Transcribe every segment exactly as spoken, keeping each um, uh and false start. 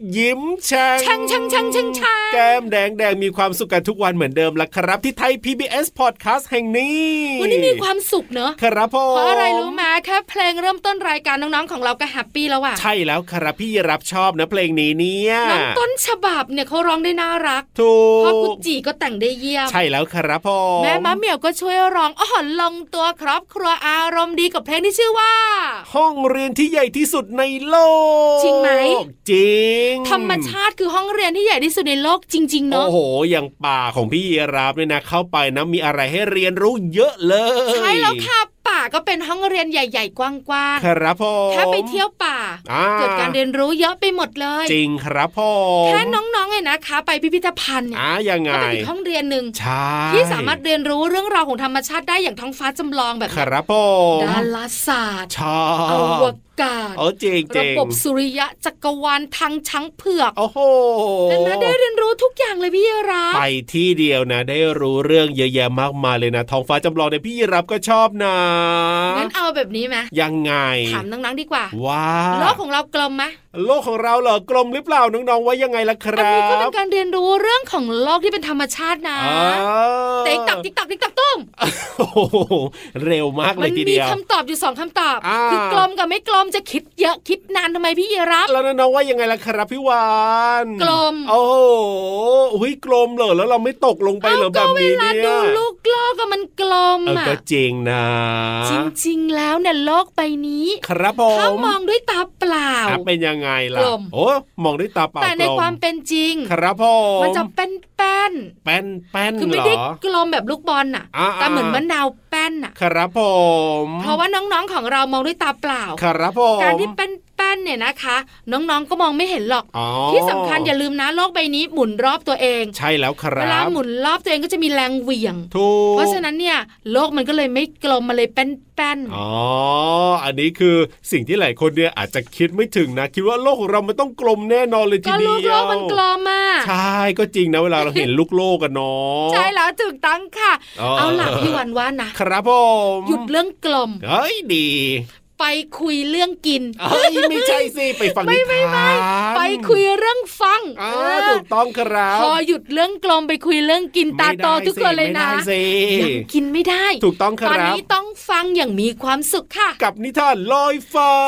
ยิ้มแฉ่งแฉ่งแฉ่งแฉ่งแฉ่งแฉ่งแก้มแดงแดงมีความสุขกันทุกวันเหมือนเดิมละครับที่ไทย พี บี เอส Podcast แห่งนี้วันนี้มีความสุขเนอะครับผมเพราะอะไรรู้ไหมแค่เพลงเริ่มต้นรายการน้องๆของเราก็แฮปปี้แล้วอะใช่แล้วครับพี่รับชอบนะเพลงนี้เนี่ยน้องต้นฉบับเนี่ยเขาร้องได้น่ารักถูกพ่อกุจิก็แต่งได้เยี่ยมใช่แล้วครับผมแม่มะเหมี่ยวก็ช่วยร้องอ๋อลงตัวครอบครัวอารมณ์ดีกับเพลงที่ชื่อว่าห้องเรียนที่ใหญ่ที่สุดในโลกจริงไหมจริงธรรมชาติคือห้องเรียนที่ใหญ่ที่สุดในโลกจริงๆเนาะโอ้โหอย่างป่าของพี่ยีราฟเนี่ยนะเข้าไปนะมีอะไรให้เรียนรู้เยอะเลยใช่แล้วค่ะป่าก็เป็นห้องเรียนใหญ่ๆกว้างๆครับผมแค่ไปเที่ยวป่าเกิดการเรียนรู้เยอะไปหมดเลยจริงครับผมแค่น้องๆเนี่ยนะคะไปพิพิธภัณฑ์เนี่ยก็เป็นอีกห้องเรียนนึงที่สามารถเรียนรู้เรื่องราวของธรรมชาติได้อย่างท้องฟ้าจำลองแบบครับผมดาราศาสตร์อวกาศระบบสุริยะจักรวาลทางช้างเผือกโอ้โหนะได้เรียนรู้ทุกอย่างเลยพี่รับไปที่เดียวนะได้รู้เรื่องเยอะแยะมากมายเลยนะท้องฟ้าจำลองเนี่ยพี่รับก็ชอบนะงั้นเอาแบบนี้ไหมยังไงถามน้องๆดีกว่าว่าโลกของเรากลมไหมโลกของเราเหรอกลมหรือเปล่าน้องๆว่ายังไงล่ะครับอันนี้ก็เป็นการเรียนรู้เรื่องของโลกที่เป็นธรรมชาตินะติ๊กตักติ๊กตักติ๊กตักตุ้มเร็วมากเลยทีเดียวมันมีคำตอบอยู่สองคำตอบคือกลมกับไม่กลมจะคิดเยอะคิดนานทำไมพี่ยีรับแล้วน้องๆว่ายังไงล่ะครับพี่วานกลมโอ้โหอุ้ยกลมเหรอแล้วเราไม่ตกลงไปเหรอแบบนี้เนี่ยก็เวลาดูลูกโลกก็มันกลมอ่ะก็จริงนะจริงๆแล้วเนี่ยโลกใบนี้ครับผมถ้ามองด้วยตาเปล่าเป็นยังไงล่ะโอ้มองด้วยตาเปล่าแต่ในความเป็นจริงครับผมมันจะเป็นแป้นแป้นแป้นคือไม่ได้กลมแบบลูกบอลน่ะแต่เหมือนมะนาวแป้นน่ะครับผมเพราะว่าน้องๆของเรามองด้วยตาเปล่าครับผมการที่เป็นแป้นเนี่ยนะคะน้องๆก็มองไม่เห็นหรอกที่สำคัญอย่าลืมนะโลกใบนี้หมุนรอบตัวเองใช่แล้วครับเวลาหมุนรอบตัวเองก็จะมีแรงเหวี่ยงเพราะฉะนั้นเนี่ยโลกมันก็เลยไม่กลมมาเลยเป็นแป้นอ๋ออันนี้คือสิ่งที่หลายคนเนี่ยอาจจะคิดไม่ถึงนะคิดว่าโลกของเรามันต้องกลมแน่นอนเลยทีเดียวก็ลูกโลกมันกลมมากใช่ก็จริงนะเวลาเราเห็นลูกโลกกันเนาะใช่แล้วถูกต้องค่ะเอาล่ะพี่วันว่านะครับผมหยุดเรื่องกลมเฮ้ยดีไปคุยเรื่องกินเฮ้ยไม่ใช่สิไปฟังนิทานไปคุยเรื่องฟังถูกต้องครับพอหยุดเรื่องกลมไปคุยเรื่องกินตาโตทุกคนเลยนะยังกินไม่ได้ถูกต้องครับตอนนี้ต้องฟังอย่างมีความสุขค่ะกับนิทานลอยฟ้า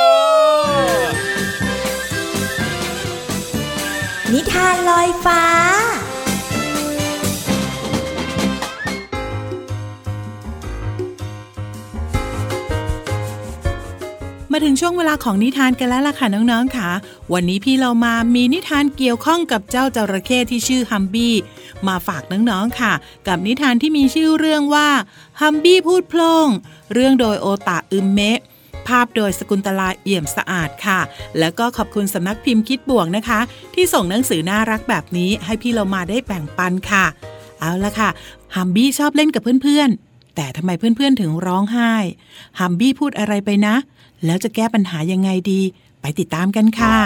นิทานลอยฟ้ามาถึงช่วงเวลาของนิทานกันแล้วล่ะค่ะน้องๆค่ะวันนี้พี่เรามามีนิทานเกี่ยวข้องกับเจ้าจระเข้ที่ชื่อฮัมบี้มาฝากน้องๆค่ะกับนิทานที่มีชื่อเรื่องว่าฮัมบี้พูดโพล่งเรื่องโดยโอตะอึมเมะภาพโดยสกุลตลาเอี่ยมสะอาดค่ะแล้วก็ขอบคุณสำนักพิมพ์คิดบวกนะคะที่ส่งหนังสือน่ารักแบบนี้ให้พี่เรามาได้แบ่งปันค่ะเอาล่ะค่ะฮัมบี้ชอบเล่นกับเพื่อนๆแต่ทำไมเพื่อนๆถึงร้องไห้ฮัมบี้พูดอะไรไปนะแล้วจะแก้ปัญหายังไงดีไปติดตามกันค่ะ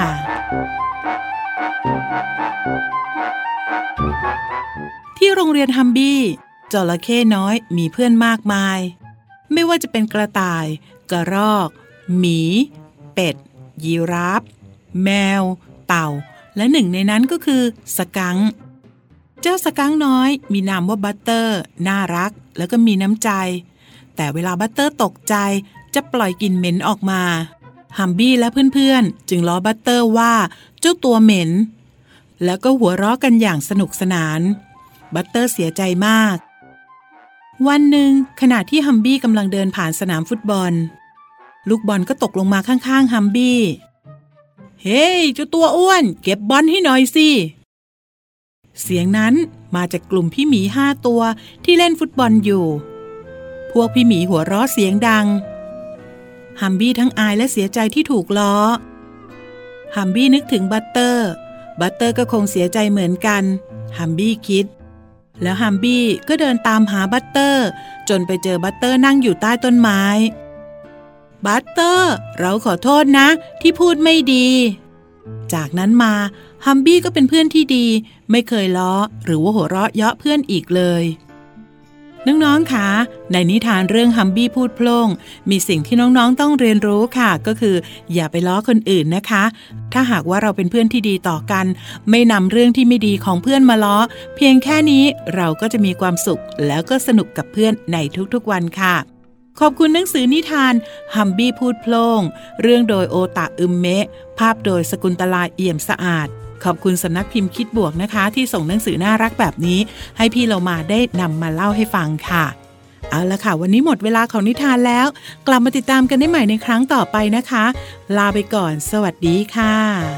ที่โรงเรียนฮัมบี้จระเข้น้อยมีเพื่อนมากมายไม่ว่าจะเป็นกระต่ายกระรอกหมีเป็ดยีราฟแมวเต่าและหนึ่งในนั้นก็คือสกังค์เจ้าสกังค์น้อยมีนามว่าบัตเตอร์น่ารักแล้วก็มีน้ำใจแต่เวลาบัตเตอร์ตกใจจะปล่อยกลิ่นเหม็นออกมาฮัมบี้และเพื่อนๆจึงล้อบัตเตอร์ว่าเจ้าตัวเหม็นแล้วก็หัวเราะกันอย่างสนุกสนานบัตเตอร์เสียใจมากวันหนึ่งขณะที่ฮัมบี้กำลังเดินผ่านสนามฟุตบอลลูกบอลก็ตกลงมาข้างๆฮัมบี้เฮ้ยเจ้าตัวอ้วนเก็บบอลให้หน่อยสิเสียงนั้นมาจากกลุ่มพี่หมีห้าตัวที่เล่นฟุตบอลอยู่พวกพี่หมีหัวเราะเสียงดังฮัมบี้ทั้งอายและเสียใจที่ถูกล้อฮัมบี้นึกถึงบัตเตอร์บัตเตอร์ก็คงเสียใจเหมือนกันฮัมบี้คิดแล้วฮัมบี้ก็เดินตามหาบัตเตอร์จนไปเจอบัตเตอร์นั่งอยู่ใต้ต้นไม้บัตเตอร์เราขอโทษนะที่พูดไม่ดีจากนั้นมาฮัมบี้ก็เป็นเพื่อนที่ดีไม่เคยล้อหรือว่าหัวเราะเยาะเพื่อนอีกเลยน้องๆคะในนิทานเรื่องฮัมบี้พูดโพล่งมีสิ่งที่น้องๆต้องเรียนรู้ค่ะก็คืออย่าไปล้อคนอื่นนะคะถ้าหากว่าเราเป็นเพื่อนที่ดีต่อกันไม่นำเรื่องที่ไม่ดีของเพื่อนมาล้อเพียงแค่นี้เราก็จะมีความสุขแล้วก็สนุกกับเพื่อนในทุกๆวันค่ะขอบคุณหนังสือนิทานฮัมบี้พูดโพล่งเรื่องโดยโอตะอึมเมะภาพโดยสกุลตลาเอี่ยมสะอาดขอบคุณสำนักพิมพ์คิดบวกนะคะที่ส่งหนังสือน่ารักแบบนี้ให้พี่เรามาได้นำมาเล่าให้ฟังค่ะเอาละค่ะวันนี้หมดเวลาของนิทานแล้วกลับมาติดตามกันได้ใหม่ในครั้งต่อไปนะคะลาไปก่อนสวัสดีค่ะ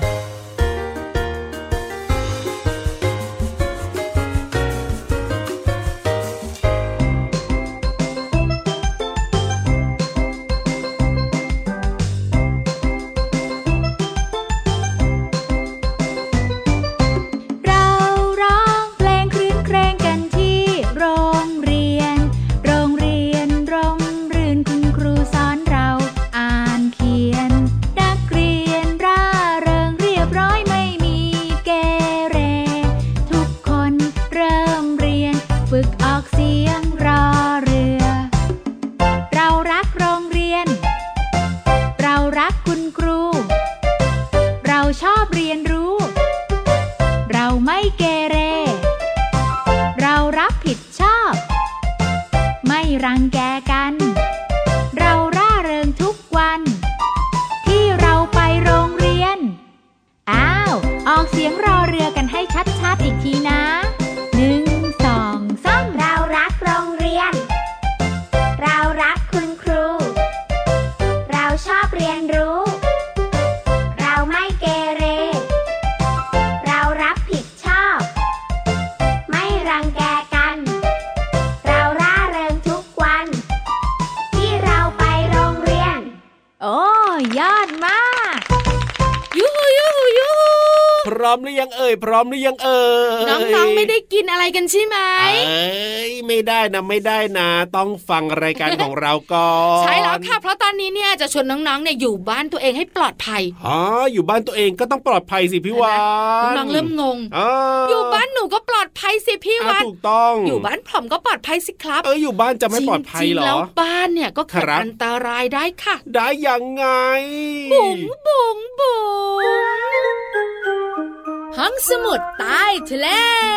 รังแกกันเราร่าเริงทุกวันที่เราไปโรงเรียนอ้าวออกเสียงรอเรือกันให้ชัดๆอีกทีนะหนึ่ง สอง สามเรารักโรงเรียนเรารักคุณครูเราชอบเรียนรู้เราไม่เกเรเรารับผิดชอบไม่รังแกกันเราร่าเริงทุกวันที่เราไปโรงเรียนโอ้ยอดมากยูฮูยูฮูยูฮูพร้อมหรือยังเอ่ยพร้อมหรือยังเอ่ยน้องๆไม่ได้กินอะไรกันใช่ไหมเอ้ยไม่ได้นะไม่ได้นะต้องฟังรายการของเราก่อนใช่แล้วค่ะเพราะตอนนี้เนี่ยจะชวนน้องๆเนี่ยอยู่บ้านตัวเองให้ปลอดภัยอ๋ออยู่บ้านตัวเองก็ต้องปลอดภัยสิพี่วานน้องเริ่มงงอยู่บ้านหนูก็ปลอดภัยสิพี่วานถูกต้องอยู่บ้านผมก็ปลอดภัยสิครับเอออยู่บ้านจะไม่ปลอดภัยหรอจริงๆแล้วบ้านเนี่ยก็เกิดอันตรายได้ค่ะได้ยังไงบุ๋งบุ๋งบุ๋งห้องสมุดใต้ทะเล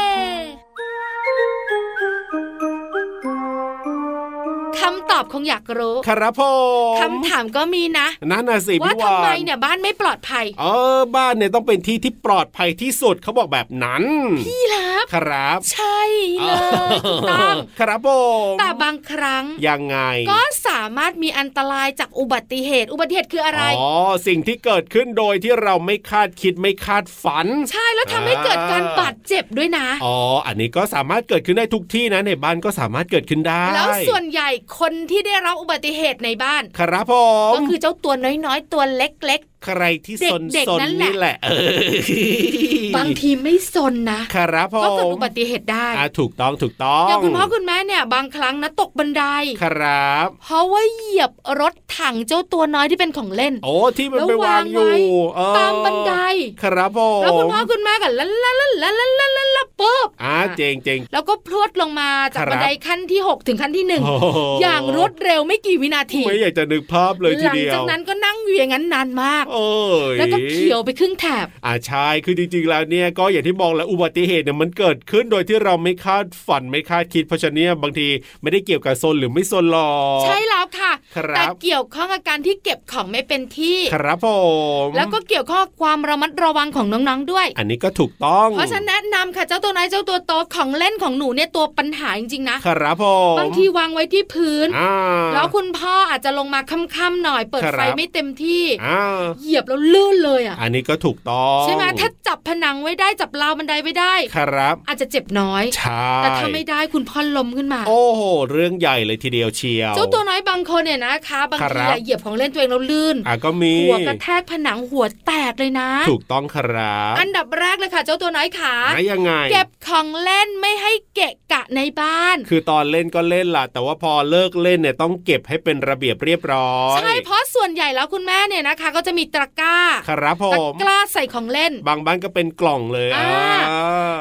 คำตอบคงอยากรู้ครับผมคำถามก็มีนะนั่นน่ะสิพี่วานว่าทำไมเนี่ยบ้านไม่ปลอดภัยเออบ้านเนี่ยต้องเป็นที่ที่ปลอดภัยที่สุดเขาบอกแบบนั้นพี่รับครับใช่เลยถูกต้องครับผมแต่บางครั้งยังไงก็สามารถมีอันตรายจากอุบัติเหตุอุบัติเหตุคืออะไรอ๋อสิ่งที่เกิดขึ้นโดยที่เราไม่คาดคิดไม่คาดฝันใช่แล้วทำให้เกิดการบาดเจ็บด้วยนะอ๋ออันนี้ก็สามารถเกิดขึ้นได้ทุกที่นะในบ้านก็สามารถเกิดขึ้นได้แล้วส่วนใหญ่คนที่ได้รับอุบัติเหตุในบ้านครับผมก็คือเจ้าตัวน้อยๆตัวเล็กๆใครที่ซนๆ น, นี่แหละบางทีไม่ซนนะครับก็เกิดอุบัติเหตุได้ถูกต้องถูกต้องอย่างคุณพ่อคุณแม่เนี่ยบางครั้งนะตกบันไดครับเพราะว่าเหยียบรถถังเจ้าตัวน้อยที่เป็นของเล่นโอ้ที่มันไปวางอยู่ตามบันไดครับผมแล้วคุณพ่อคุณแม่ก็ลันลันลันลันลันลันลันลันปุ๊บอ่าเจ๋งเจ๋งแล้วก็พลวดลงมาจากบันไดขั้นที่หกถึงขั้นที่หนึ่งอย่างรวดเร็วไม่กี่วินาทีไม่อยากจะนึกภาพเลยทีเดียวหลังจากนั้นก็นั่งอยู่อย่างนั้นนานมากโอ้ยก็เขียวไปครึ่งแถบอ่าใช่คือจริงๆแล้วเนี่ยก็อย่างที่บอกแหละอุบัติเหตุเนี่ยมันเกิดขึ้นโดยที่เราไม่คาดฝันไม่คาดคิดเพราะฉะนั้นบางทีไม่ได้เกี่ยวกับโซนหรือไม่โซนหรอกใช่แล้วค่ะแต่เกี่ยวข้องกับการที่เก็บของไม่เป็นที่ครับผมแล้วก็เกี่ยวข้องความระมัดระวังของน้องๆด้วยอันนี้ก็ถูกต้องเพราะฉะนั้นแนะนำค่ะเจ้าตัวไหนเจ้าตัวโตของเล่นของหนูเนี่ยตัวปัญหาจริงๆนะครับผมบางทีวางไว้ที่พื้นแล้วคุณพ่ออาจจะลงมาค่ำๆหน่อยเปิดไฟไม่เต็มที่เหยียบแล้วลื่นเลยอ่ะอันนี้ก็ถูกต้องใช่ไหมถ้าจับผนังไว้ได้จับราวบันไดไว้ได้ครับอาจจะเจ็บน้อยแต่ถ้าไม่ได้คุณพ่อล้มขึ้นมาโอ้โหเรื่องใหญ่เลยทีเดียวเชียวเจ้าตัวน้อยบางคนเนี่ยนะคะบางทีเหยียบของเล่นตัวเองแล้วลื่นอ่ะก็มีหัวกระแทกผนังหัวแตกเลยนะถูกต้องครับอันดับแรกเลยค่ะเจ้าตัวน้อยขายังไงเก็บของเล่นไม่ให้เกะกะในบ้านคือตอนเล่นก็เล่นล่ะแต่ว่าพอเลิกเล่นเนี่ยต้องเก็บให้เป็นระเบียบเรียบร้อยใช่เพราะส่วนใหญ่แล้วคุณแม่เนี่ยนะคะก็จะมีตะกร้าครับผมตะกร้าใส่ของเล่นบางบ้านก็เป็นกล่องเลยอ่า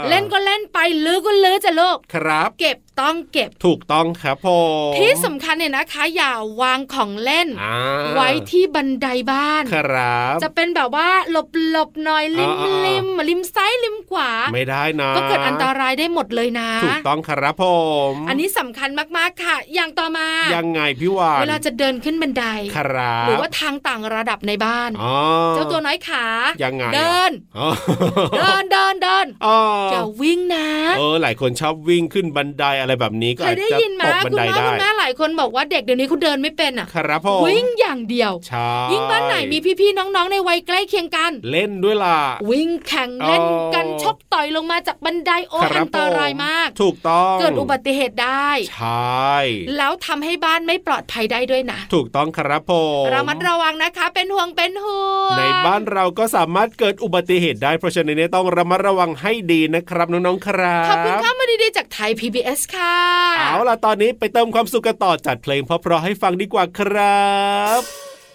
เล่นก็เล่นไปลื้อก็ลื้อจะลูกครับเก็บต้องเก็บถูกต้องครับผมที่สำคัญเนี่ยนะคะอย่าวางของเล่นไว้ที่บันไดบ้านครับจะเป็นแบบว่าหลบหลบหน่อยริมริมริมซ้ายริมขวาไม่ได้นะก็เกิดอันตรายได้หมดเลยนะถูกต้องครับผมอันนี้สำคัญมากๆค่ะอย่างต่อมายังไงพี่วานเวลาจะเดินขึ้นบันไดครับหรือว่าทางต่างระดับในบ้านเจ้าตัวน้อยขายังไงเดินเดินเดินเดินอย่าวิ่งนะเออหลายคนชอบวิ่งขึ้นบันไดอะไรแบบนี้ก็อาจจะตกบันไดได้คุณแม่หลายคนบอกว่าเด็กเดี๋ยวนี้เขาเดินไม่เป็นอ่ะครับผมวิ่งอย่างเดียวยิ่งบ้านไหนมีพี่ๆน้องๆในวัยใกล้เคียงกันเล่นด้วยล่ะวิ่งแข่งเล่นกันชกต่อยลงมาจากบันไดโอ้อันตรายมากถูกต้องเกิดอุบัติเหตุได้ใช่แล้วทำให้บ้านไม่ปลอดภัยได้ด้วยนะถูกต้องครับผมระมัดระวังนะคะเป็นห่วงเป็นห่วงในบ้านเราก็สามารถเกิดอุบัติเหตุได้เพราะฉะนั้นต้องระมัดระวังให้ดีนะครับน้องๆครับขอบคุณข้ามาดีๆจากไทย พี บี เอส ค่ะเอาล่ะตอนนี้ไปเติมความสุขกันต่อจัดเพลงเพราะๆให้ฟังดีกว่าครับ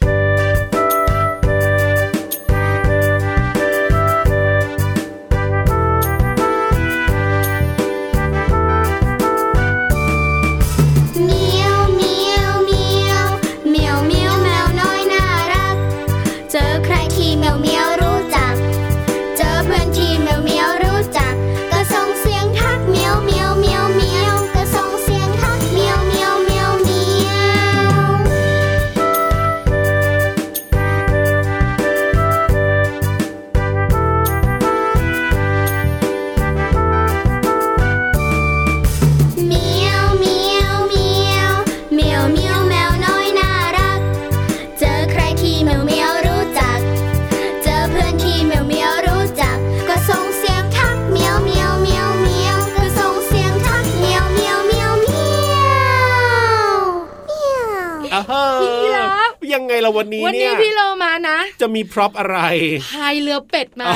ยังไงล่ะวันนี้เนี่ยวันนี้พี่โลมานะจะมีพร็อพอะไรพายเรือเป็ดมา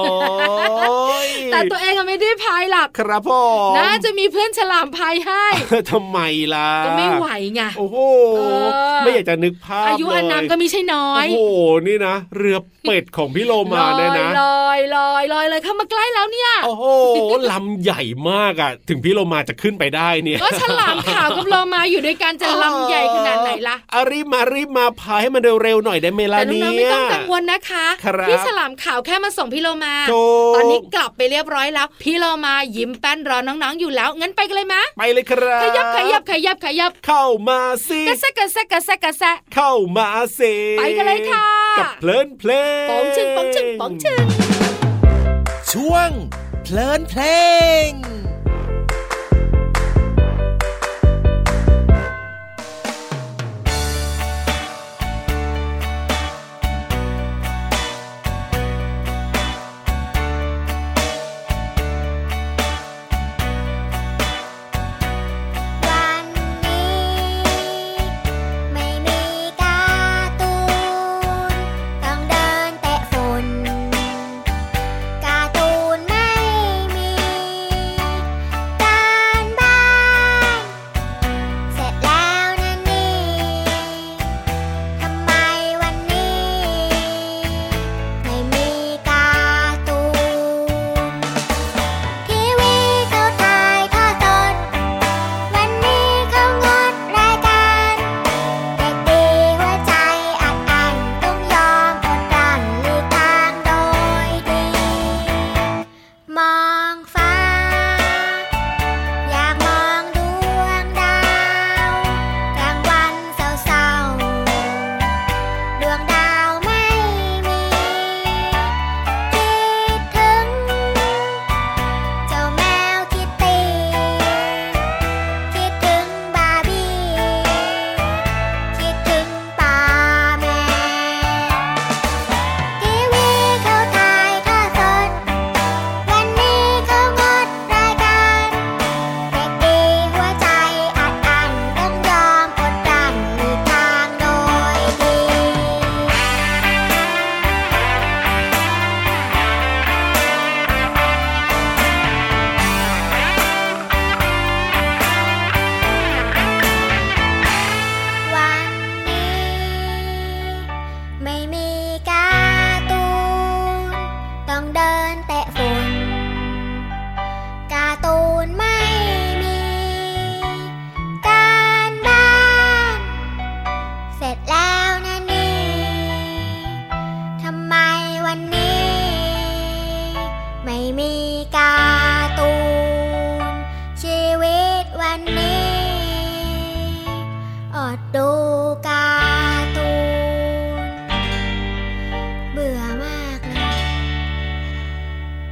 แต่ตัวเองไม่ได้พายหลักครับพ่อน่าจะมีเพื่อนฉลามพายให้ทำไมล่ะก็ไม่ไหวไงโอ้โหไม่อยากจะนึกภาพเลยอายุอานามก็ไม่ใช่น้อยโอ้โหนี่นะเรือเป็ดของพี่โลมาเนี่ยนะลอยลอยลอยเลยเข้ามาใกล้แล้วเนี่ยโอ้โหลำใหญ่มากอ่ะถึงพี่โลมาจะขึ้นไปได้เนี่ยก็ฉลามขาวกับโลมาอยู่ด้วยกันจะลำใหญ่ขนาดไหนล่ะอารีบมารีบมาพายให้มันเร็วๆหน่อยได้ไหมล่ะเนี่ยแต่น้องๆไม่ต้องกังวลนะคะพี่ฉลามขาวแค่มาส่งพี่โลมาตอนนี้กลับไปเรียบร้อยแล้วพี่โลมายิ้มแป้นรอน้องๆอยู่แล้วงั้นไปกันเลยมั้ยไปเลยครับขยับขยับขยับขยับเข้ามาสิกระแซะกระแซะกระแซะกระแซะเข้ามาสิไปกันเลยค่ะกับเพลินเพลงป๋องชึงป๋องชึงป๋องชึงช่วงเพลินเพลงเ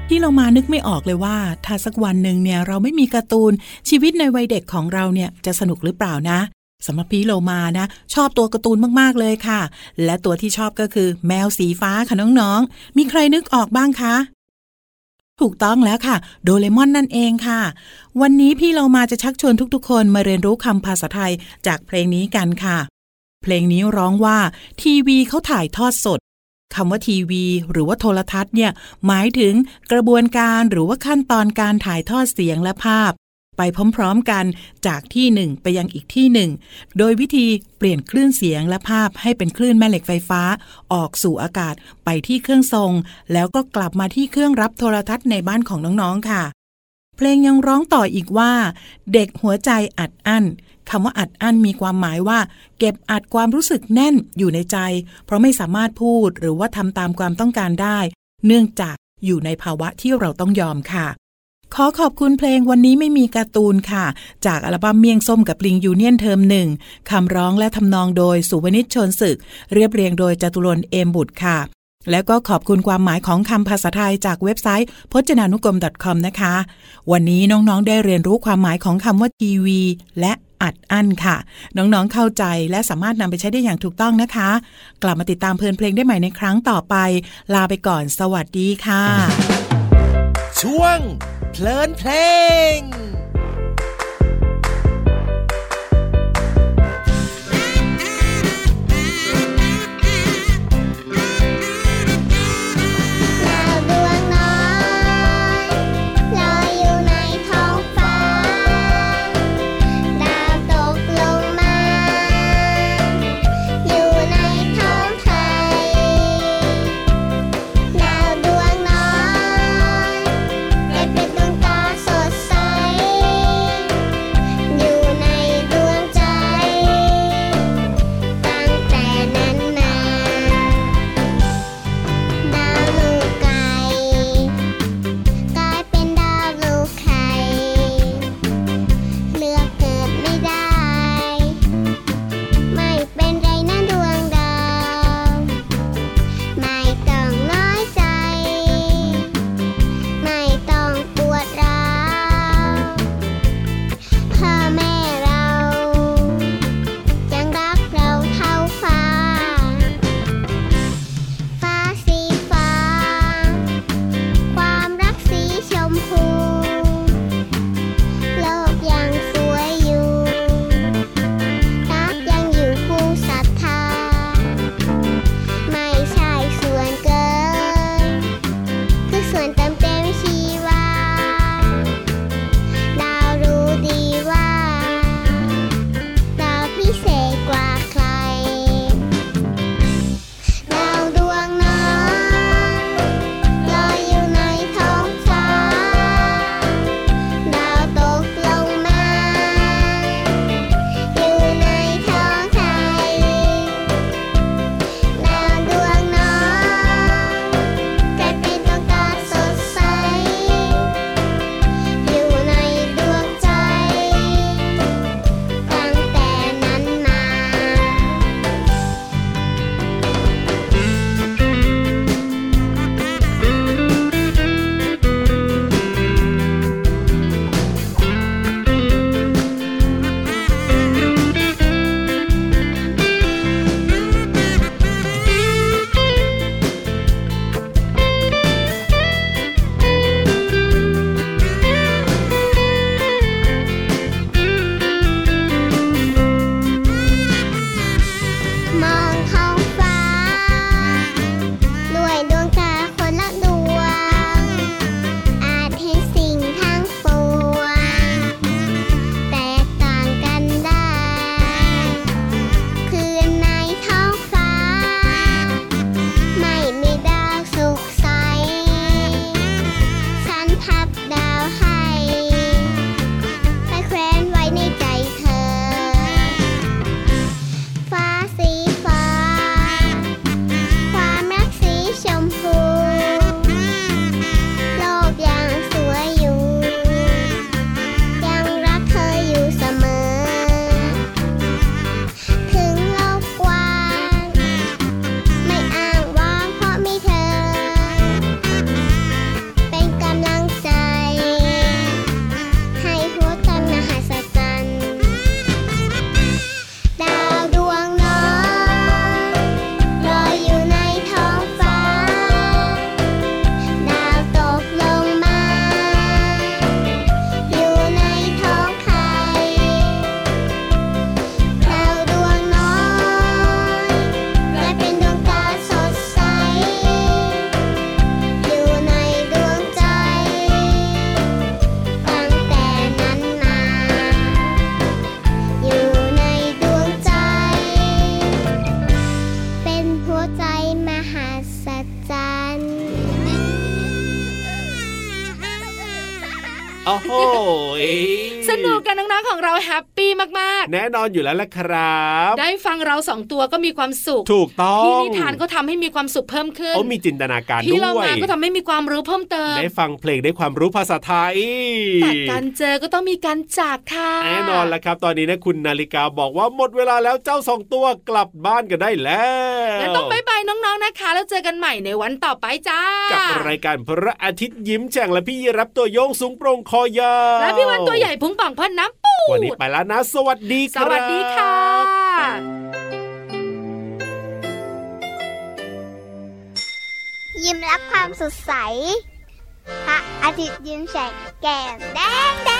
ที่เรามานึกไม่ออกเลยว่าถ้าสักวันหนึ่งเนี่ยเราไม่มีการ์ตูนชีวิตในวัยเด็กของเราเนี่ยจะสนุกหรือเปล่านะสำหรับพี่โลมานะชอบตัวการ์ตูนมากๆเลยค่ะและตัวที่ชอบก็คือแมวสีฟ้าค่ะน้องๆมีใครนึกออกบ้างคะถูกต้องแล้วค่ะโดเรมอนนั่นเองค่ะวันนี้พี่โลมาจะชักชวนทุกๆคนมาเรียนรู้คำภาษาไทยจากเพลงนี้กันค่ะเพลงนี้ร้องว่าทีวีเขาถ่ายทอดสดคำว่าทีวีหรือว่าโทรทัศน์เนี่ยหมายถึงกระบวนการหรือว่าขั้นตอนการถ่ายทอดเสียงและภาพไปพร้อมๆกันจากที่หนึ่งไปยังอีกที่หนึ่งโดยวิธีเปลี่ยนคลื่นเสียงและภาพให้เป็นคลื่นแม่เหล็กไฟฟ้าออกสู่อากาศไปที่เครื่องทรงแล้วก็กลับมาที่เครื่องรับโทรทัศน์ในบ้านของน้องๆค่ะเพลงยังร้องต่ออีกว่าเด็กหัวใจอัดอั้นคำว่าอัดอั้นมีความหมายว่าเก็บอัดความรู้สึกแน่นอยู่ในใจเพราะไม่สามารถพูดหรือว่าทำตามความต้องการได้เนื่องจากอยู่ในภาวะที่เราต้องยอมค่ะขอขอบคุณเพลงวันนี้ไม่มีการ์ตูนค่ะจากอัลบั้มเมี่ยงส้มกับลิงยูเนียนเทอมหนึ่งคำร้องและทำนองโดยสุวนิช ชนศึกเรียบเรียงโดยจตุรนต์ เอมบุตรค่ะแล้วก็ขอบคุณความหมายของคำภาษาไทยจากเว็บไซต์พจนานุกรม .com นะคะวันนี้น้องๆได้เรียนรู้ความหมายของคำว่าทีวีและอัดอั้นค่ะน้องๆเข้าใจและสามารถนำไปใช้ได้อย่างถูกต้องนะคะกลับมาติดตามเพลินเพลงได้ใหม่ในครั้งต่อไปลาไปก่อนสวัสดีค่ะช่วงเพลินเพลงเป็นดวงตาสดใสโอ้โหสนุกกันน้องๆของเราแฮปปี้มากๆแน่นอนอยู่แล้วล่ะครับได้ฟังเราสองตัวก็มีความสุขถูกต้องพี่นิทานก็ทำให้มีความสุขเพิ่มขึ้นโอ้มีจินตนาการด้วยพี่เรามาก็ทำให้มีความรู้เพิ่มเติมได้ฟังเพลงได้ความรู้ภาษาไทยแต่การเจอก็ต้องมีการจากค่ะแน่นอนละครับตอนนี้นะคุณนาฬิกาบอกว่าหมดเวลาแล้วเจ้าสองตัวกลับบ้านกันได้แล้วแล้วต้องบ๊ายบายน้องๆนะคะแล้วเจอกันใหม่ในวันต่อไปจ้ากับรายการพระอาทิตย์ยิ้มแฉ่งและพี่ยีรับตัวโยงสูงโปร่งคอยาวและพี่วันตัวใหญ่พุงป่องพ่นน้ำปูวันนี้ไปแล้วนะสวัสดีครับสวัสดีค่ะยิ้มรับความสดใสพระอาทิตย์ยิ้มแฉกแก้มแดงแด